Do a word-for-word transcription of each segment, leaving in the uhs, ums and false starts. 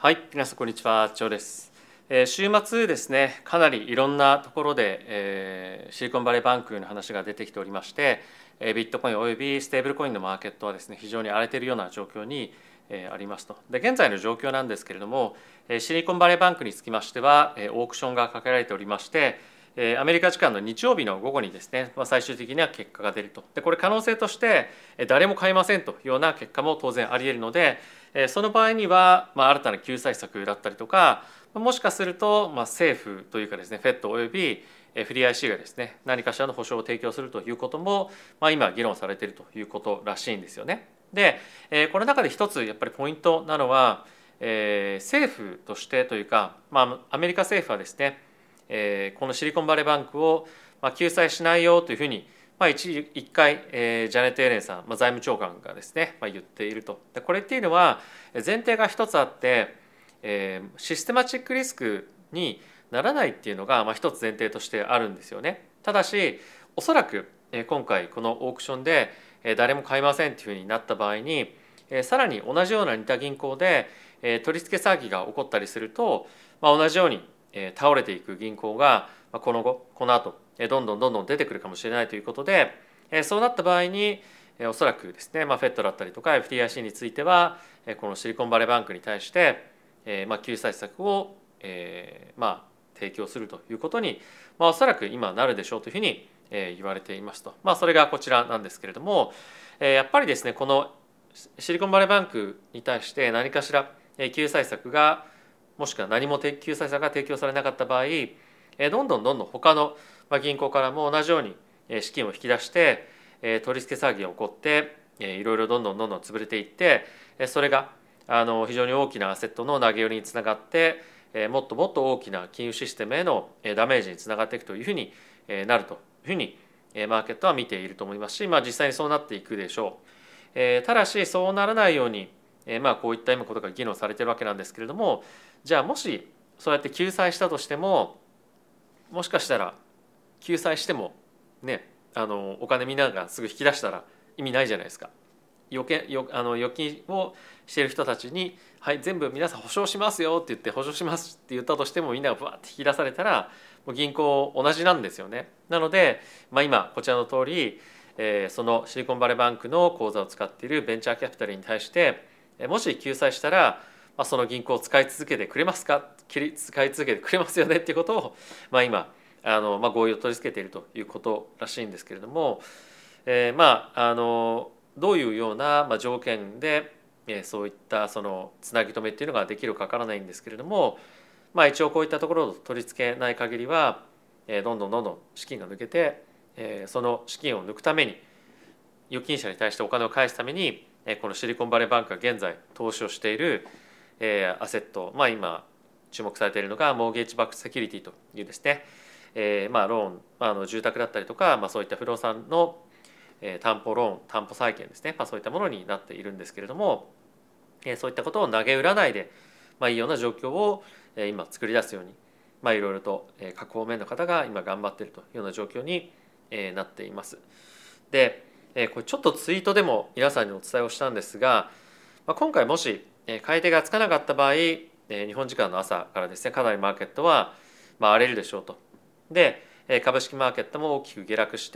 はい、皆さんこんにちは、ジョーです。えー、週末ですね、かなりいろんなところで、えーシリコンバレーバンクの話が出てきておりまして、えービットコインおよびステーブルコインのマーケットはですね、非常に荒れているような状況に、えーありますと。で、現在の状況なんですけれども、えーシリコンバレーバンクにつきましては、えーオークションがかけられておりまして、えーアメリカ時間の日曜日の午後にですね、まあ、最終的には結果が出ると。で、これ可能性として、えー誰も買いませんというような結果も当然あり得るので、えーその場合には、まあ、新たな救済策だったりとか、もしかすると、まあ、政府というかですね、フェットおよび エフディーアイシー がですね、何かしらの保証を提供するということも、まあ、今議論されているということらしいんですよね。で、えーこの中で一つやっぱりポイントなのは、えー政府としてというか、まあ、アメリカ政府はですね、えーこのシリコンバレーバンクを、まあ、救済しないよというふうに、まあ、一一回、えージャネット・イエレンさん、まあ、財務長官がですね、まあ、言っていると。でこれっていうのは前提が一つあって、えーシステマチックリスクにならないっていうのが、まあ、一つ前提としてあるんですよね。ただしおそらく、えー今回このオークションで、えー誰も買いませんっていうふうになった場合に、えーさらに同じような似た銀行で、えー取り付け騒ぎが起こったりすると、まあ、同じように、えー倒れていく銀行が、まあ、この後この後、えーどんどんどんどん出てくるかもしれないということで、えーそうなった場合にえーおそらくですね、まあ、フェットだったりとか エフディーアイシー については、えーこのシリコンバレーバンクに対して、えーまあ、救済策を、えーまあ、提供するということに、まあ、おそらく今なるでしょうというふうに、えー言われていますと。まあ、それがこちらなんですけれども、えーやっぱりですね、このシリコンバレーバンクに対して何かしら救済策が、もしくは何も救済策が提供されなかった場合、どんどんどんどん他の銀行からも同じように資金を引き出して取り付け騒ぎが起こっていろいろどんどんどんどん潰れていって、それがあの非常に大きなアセットの投げ売りにつながって、もっともっと大きな金融システムへのダメージにつながっていくというふうになるというふうにマーケットは見ていると思いますし、まあ、実際にそうなっていくでしょう。ただしそうならないように、まあ、こういった今ことが議論されているわけなんですけれども、じゃあもしそうやって救済したとしても、もしかしたら救済してもね、あのお金みんながすぐ引き出したら意味ないじゃないですか。預金よあの預金をしている人たちに「はい、全部皆さん保証しますよ」って言って「保証します」って言ったとしても、みんながブワッて引き出されたらもう銀行同じなんですよね。なので、まあ、今こちらの通り、えー、そのシリコンバレーバンクの口座を使っているベンチャーキャピタルに対して、もし救済したら、まあ、その銀行を使い続けてくれますか、使い続けてくれますよねっていうことを、まあ、今あの、まあ、合意を取り付けているということらしいんですけれども、えー、まああのどういうような条件でそういったそのつなぎ止めっていうのができるかわからないんですけれども、まあ、一応こういったところを取り付けない限りはどんどんどんどん資金が抜けて、その資金を抜くために預金者に対してお金を返すためにこのシリコンバレーバンクが現在投資をしているアセット、まあ、今注目されているのがモーゲージバックセキュリティというですね、えー、まあローン、あの住宅だったりとか、まあ、そういった不動産の担保ローン、担保債券ですね、まあ、そういったものになっているんですけれども、そういったことを投げ売らないで、まあ、いいような状況を今作り出すように、まあ、いろいろと各方面の方が今頑張っているというような状況になっています。で、これちょっとツイートでも皆さんにお伝えをしたんですが、今回もし買い手がつかなかった場合、日本時間の朝からですね、かなりマーケットは荒れるでしょうと。で、株式マーケットも大きく下落して、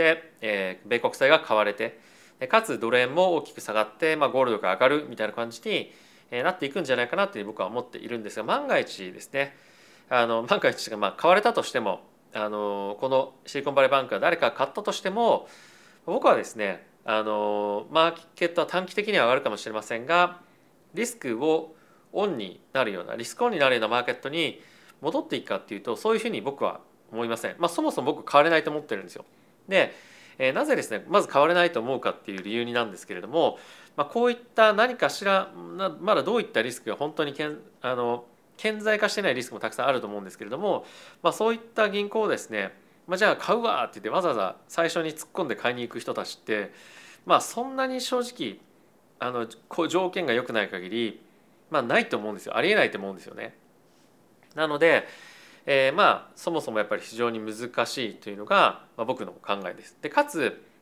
米国債が買われて、かつドル円も大きく下がって、まあ、ゴールドが上がるみたいな感じになっていくんじゃないかなという僕は思っているんですが、万が一ですね、あの万が一がまあ買われたとしても、あのこのシリコンバレーバンクが誰か買ったとしても、僕はですね、あのマーケットは短期的には上がるかもしれませんが、リスクをオンになるようなリスクオンになるようなマーケットに戻っていくかっていうと、そういうふうに僕は思いません。まあ、そもそも僕買われないと思ってるんですよ。で、えー、なぜですね、まず買われないと思うかっていう理由になんですけれども、まあ、こういった何かしらまだどういったリスクが本当にけんあの顕在化してないリスクもたくさんあると思うんですけれども、まあ、そういった銀行をですね、まあ、じゃあ買うわって言ってわざわざ最初に突っ込んで買いに行く人たちって、まあ、そんなに正直あのこう条件が良くない限り、まあ、ないと思うんですよ。ありえないと思うんですよね。なので、えー、まあそもそもやっぱり非常に難しいというのが、まあ、僕の考えです。でかつ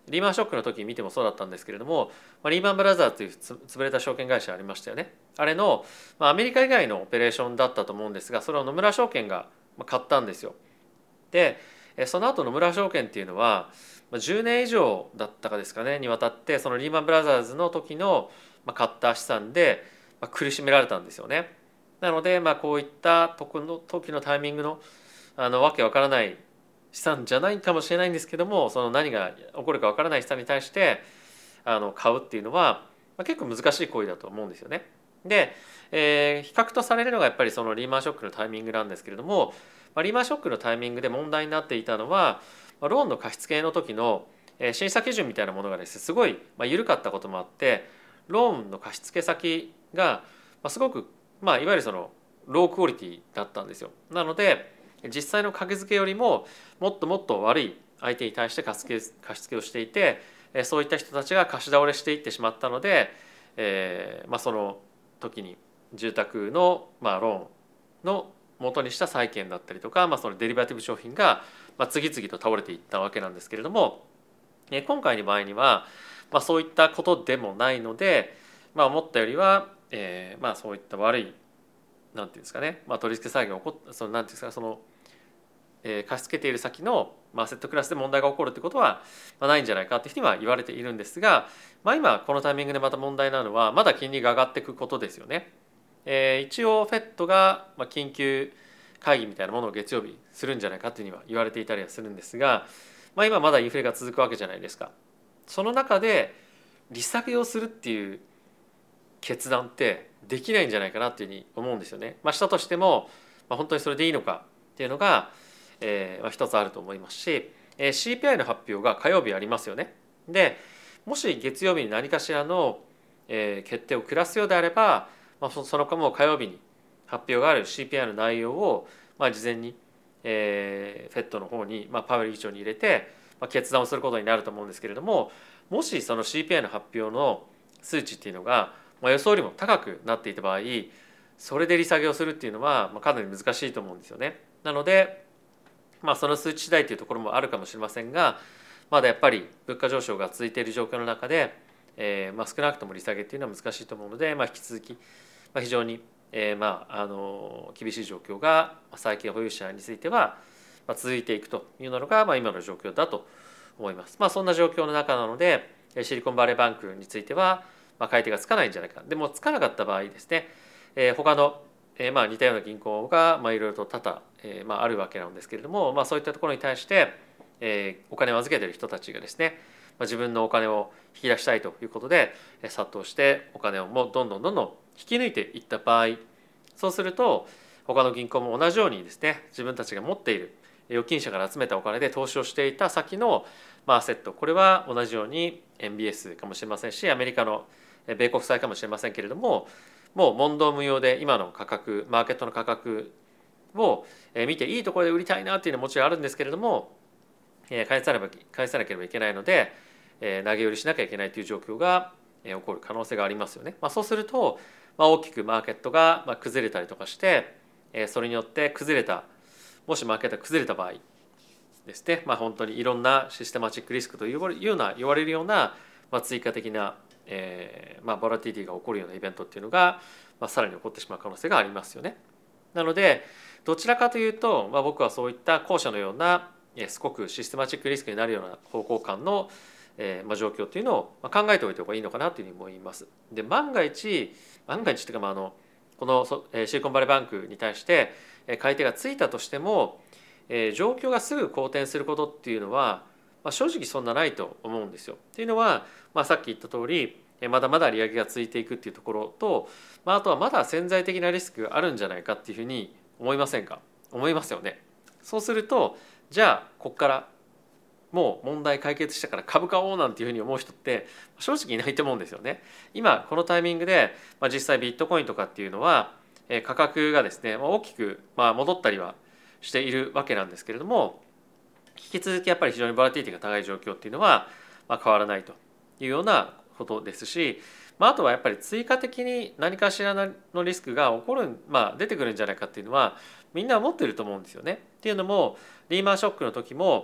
リーマンショックの時見てもそうだったんですけれども、まあ、リーマンブラザーズという潰れた証券会社ありましたよね。あれの、まあ、アメリカ以外のオペレーションだったと思うんですが、それを野村証券が買ったんですよ。でその後野村証券っていうのはじゅうねん以上だったかですかねにわたってそのリーマンブラザーズの時の買った資産で苦しめられたんですよね。なのでまあこういった時の時のタイミングのあのわけわからない資産じゃないかもしれないんですけども、その何が起こるかわからない資産に対してあの買うっていうのは、まあ、結構難しい行為だと思うんですよね。で、えー、比較とされるのがやっぱりそのリーマンショックのタイミングなんですけれども、まあ、リーマンショックのタイミングで問題になっていたのはローンの貸付の時の審査基準みたいなものがですねすごい緩かったこともあって、ローンの貸付先がすごく、まあ、いわゆるそのロークオリティだったんですよ。なので実際の掛け付けよりももっともっと悪い相手に対して貸付貸付をしていて、そういった人たちが貸し倒れしていってしまったので、えーまあ、その時に住宅の、まあ、ローンの元にした債券だったりとか、まあ、そのデリバティブ商品が次々と倒れていったわけなんですけれども、今回の場合には、まあ、そういったことでもないので、まあ、思ったよりは、えーまあ、そういった悪いなんていうんですかね、まあ、取り付け作業が起こっそのなんていうんですかその、えー、貸し付けている先の、まあ、アセットクラスで問題が起こるってことは、まあ、ないんじゃないかっていうふうには言われているんですが、まあ、今このタイミングでまた問題なのはまだ金利が上がっていくことですよね。えー、一応 フェット が緊急会議みたいなものを月曜日するんじゃないかというふうには言われていたりはするんですが、まあ、今まだインフレが続くわけじゃないですか。その中で利下げをするっていう決断ってできないんじゃないかなっていうふうに思うんですよね。まあ、したとしても、まあ、本当にそれでいいのかっていうのが、えーまあ、一つあると思いますし、えー、シーピーアイ の発表が火曜日ありますよね。でもし月曜日に何かしらの、えー、決定を下すようであれば、まあ、そのかも火曜日に発表がある シーピーアイ の内容を、まあ、事前に、えー、フェット の方に、まあ、パウエル議長に入れて、まあ、決断をすることになると思うんですけれども、もしその シーピーアイ の発表の数値っていうのが、まあ、予想よりも高くなっていた場合、それで利下げをするっていうのは、まあ、かなり難しいと思うんですよね。なので、まあ、その数値次第というところもあるかもしれませんが、まだやっぱり物価上昇が続いている状況の中で、えーまあ、少なくとも利下げっていうのは難しいと思うので、まあ、引き続き、まあ、非常に、えーまあ、あの厳しい状況が債券保有者については続いていくというのが、まあ、今の状況だと思います。まあ、そんな状況の中なのでシリコンバレーバンクについては、まあ、買い手がつかないんじゃないか。でもつかなかった場合ですね、えー、他の、えー、まあ似たような銀行が、まあ、いろいろと多々、えーまあ、あるわけなんですけれども、まあ、そういったところに対して、えー、お金を預けている人たちがですね、まあ、自分のお金を引き出したいということで殺到してお金をもうどんどんどんどん引き抜いていった場合、そうすると他の銀行も同じようにですね、自分たちが持っている預金者から集めたお金で投資をしていた先のアセット、これは同じように エムビーエス かもしれませんし、アメリカの米国債かもしれませんけれども、もう問答無用で今の価格、マーケットの価格を見ていいところで売りたいなっていうのはもちろんあるんですけれども、返さなければ返さなければいけないので投げ売りしなきゃいけないという状況が起こる可能性がありますよね。まあ、そうすると、まあ、大きくマーケットが崩れたりとかして、それによって崩れた、もしマーケットが崩れた場合ですね、まあ、本当にいろんなシステマチックリスクというような言われるような、まあ、追加的な、えーまあ、ボラティティが起こるようなイベントっていうのが、まあ、さらに起こってしまう可能性がありますよね。なのでどちらかというと、まあ、僕はそういった後者のようなすごくシステマチックリスクになるような方向感の、えーまあ、状況というのを考えておいた方がいいのかなというふうに思います。で万が一万が一というか、まあ、あのこのシリコンバレーバンクに対して買い手がついたとしても、えー、状況がすぐ好転することっていうのは、まあ、正直そんなないと思うんですよ。っていうのは、まあ、さっき言った通りまだまだ利上げが続いていくっていうところと、まあ、あとはまだ潜在的なリスクがあるんじゃないかっていうふうに思いませんか？思いますよね。そうするとじゃあここからもう問題解決したから株買おうなんていうふうに思う人って正直いないと思うんですよね。今このタイミングで、まあ、実際ビットコインとかっていうのは価格がですね大きくまあ戻ったりはしているわけなんですけれども、引き続きやっぱり非常にボラティティが高い状況っていうのはまあ変わらないというようなことですし、まあ、あとはやっぱり追加的に何かしらのリスクが起こる、まあ、出てくるんじゃないかっていうのはみんな思ってると思うんですよね。っていうのもリーマンショックの時も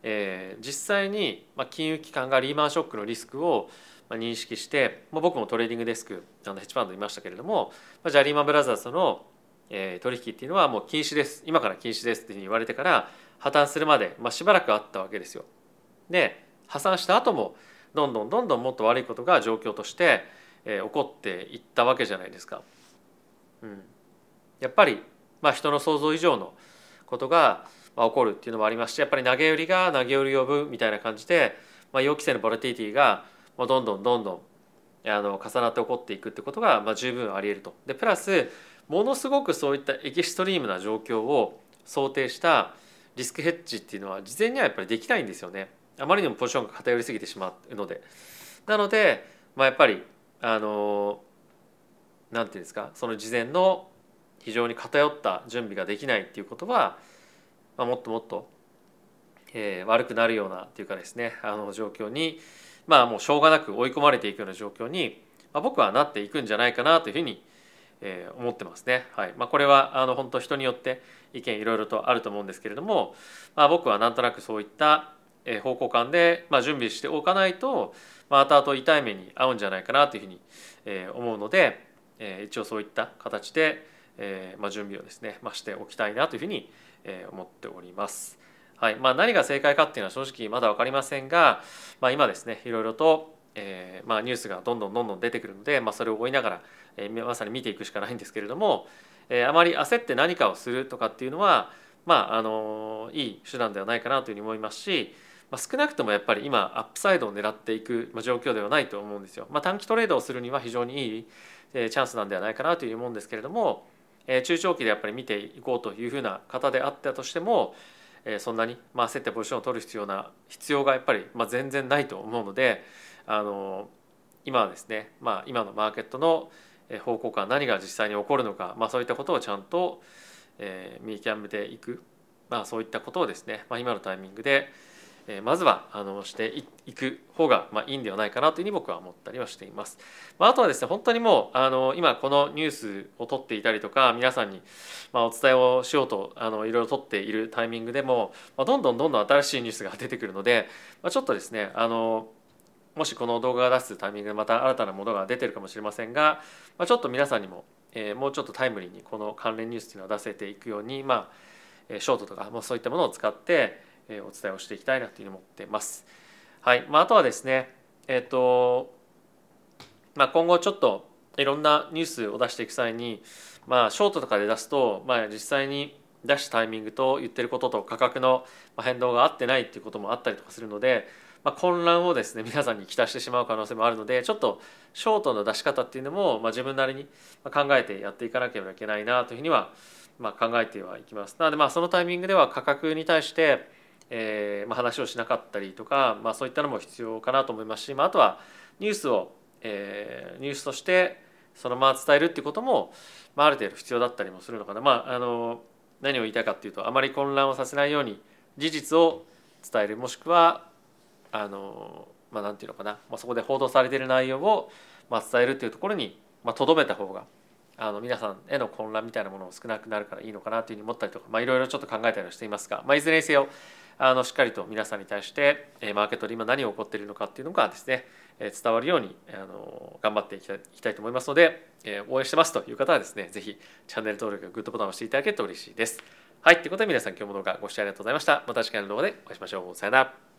えー、実際に、まあ、金融機関がリーマンショックのリスクを認識して、まあ、僕もトレーディングデスクあのヘッジファンドいましたけれども、まあ、じゃあリーマンブラザーズの、えー、取引っていうのはもう禁止です、今から禁止ですっていうふうに言われてから破綻するまで、まあ、しばらくあったわけですよ。で破産した後もどんどんどんどんもっと悪いことが状況として、えー、起こっていったわけじゃないですか。うん、やっぱり、まあ、人の想像以上のことが起こるっていうのもありますし、やっぱり投げ売りが投げ売りを呼ぶみたいな感じで、まあ、予期せぬボラティティがどんどんどんどんあの重なって起こっていくってことがまあ十分あり得ると。でプラスものすごくそういったエキストリームな状況を想定したリスクヘッジっていうのは事前にはやっぱりできないんですよね。あまりにもポジションが偏りすぎてしまうので。なので、まあ、やっぱりあのなんていうんですか、その事前の非常に偏った準備ができないっていうことは、まあ、もっともっと、えー、悪くなるようなっていうかですね、あの状況にまあもうしょうがなく追い込まれていくような状況に、まあ、僕はなっていくんじゃないかなというふうに、えー、思ってますね。はいまあ、これはあの本当人によって意見いろいろとあると思うんですけれども、まあ、僕はなんとなくそういった方向感で、まあ、準備しておかないと、まあ、後々痛い目に遭うんじゃないかなというふうに思うので、一応そういった形で、まあ、準備をですね、まあ、しておきたいなというふうに思っております。はいまあ、何が正解かっていうのは正直まだ分かりませんが、まあ、今ですねいろいろと、えーまあ、ニュースがどんどんどんどん出てくるので、まあ、それを追いながら、えー、まさに見ていくしかないんですけれども、えー、あまり焦って何かをするとかっていうのは、まああのいい手段ではないかなというふうに思いますし、まあ、少なくともやっぱり今アップサイドを狙っていく状況ではないと思うんですよ。まあ、短期トレードをするには非常にいいチャンスなんではないかなという思うんですけれども、中長期でやっぱり見ていこうというふうな方であったとしても、そんなに焦ってポジションを取る必要な必要がやっぱり全然ないと思うので、あの今はですね、まあ、今のマーケットの方向感、何が実際に起こるのか、まあ、そういったことをちゃんと見極めていく、まあ、そういったことをですね、まあ、今のタイミングでまずはあのしていく方がまあいいんではないかなというふうに僕は思ったりはしています。まあ、あとはですね、本当にもうあの今このニュースを取っていたりとか、皆さんにまあお伝えをしようとあのいろいろ取っているタイミングでも、まあ、どんどんどんどん新しいニュースが出てくるので、まあ、ちょっとですねあのもしこの動画が出すタイミングでまた新たなものが出てるかもしれませんが、まあ、ちょっと皆さんにも、えー、もうちょっとタイムリーにこの関連ニュースっていうのを出せていくように、まあ、ショートとか、まあ、そういったものを使ってお伝えをしていきたいなというふうに思っています。はいまあ、あとはですね、えっとまあ、今後ちょっといろんなニュースを出していく際に、まあ、ショートとかで出すと、まあ、実際に出したタイミングと言ってることと価格の変動が合ってないっていうこともあったりとかするので、まあ、混乱をですね皆さんにきたしてしまう可能性もあるので、ちょっとショートの出し方っていうのも、まあ、自分なりに考えてやっていかなければいけないなというふうには、まあ、考えてはいきます。なのでまあそのタイミングでは価格に対してえーまあ、話をしなかったりとか、まあ、そういったのも必要かなと思いますし、まあ、あとはニュースを、えー、ニュースとしてそのまま伝えるっていうことも、まあ、ある程度必要だったりもするのかな。まあ、あの何を言いたいかっていうと、あまり混乱をさせないように事実を伝える、もしくはあの、まあ、なんていうのかな、まあ、そこで報道されている内容を、まあ、伝えるっていうところにとど、まあ、めた方があの皆さんへの混乱みたいなものも少なくなるからいいのかなというふうに思ったりとか、まあ、いろいろちょっと考えたりはしていますが、まあ、いずれにせよあのしっかりと皆さんに対してマーケットで今何が起こっているのかっていうのがですね伝わるようにあの頑張っていきたい、いきたいと思いますので、応援してますという方はですね、ぜひチャンネル登録グッドボタンを押していただけると嬉しいです。はい、ということで皆さん今日も動画ご視聴ありがとうございました。また次回の動画でお会いしましょう。さよなら。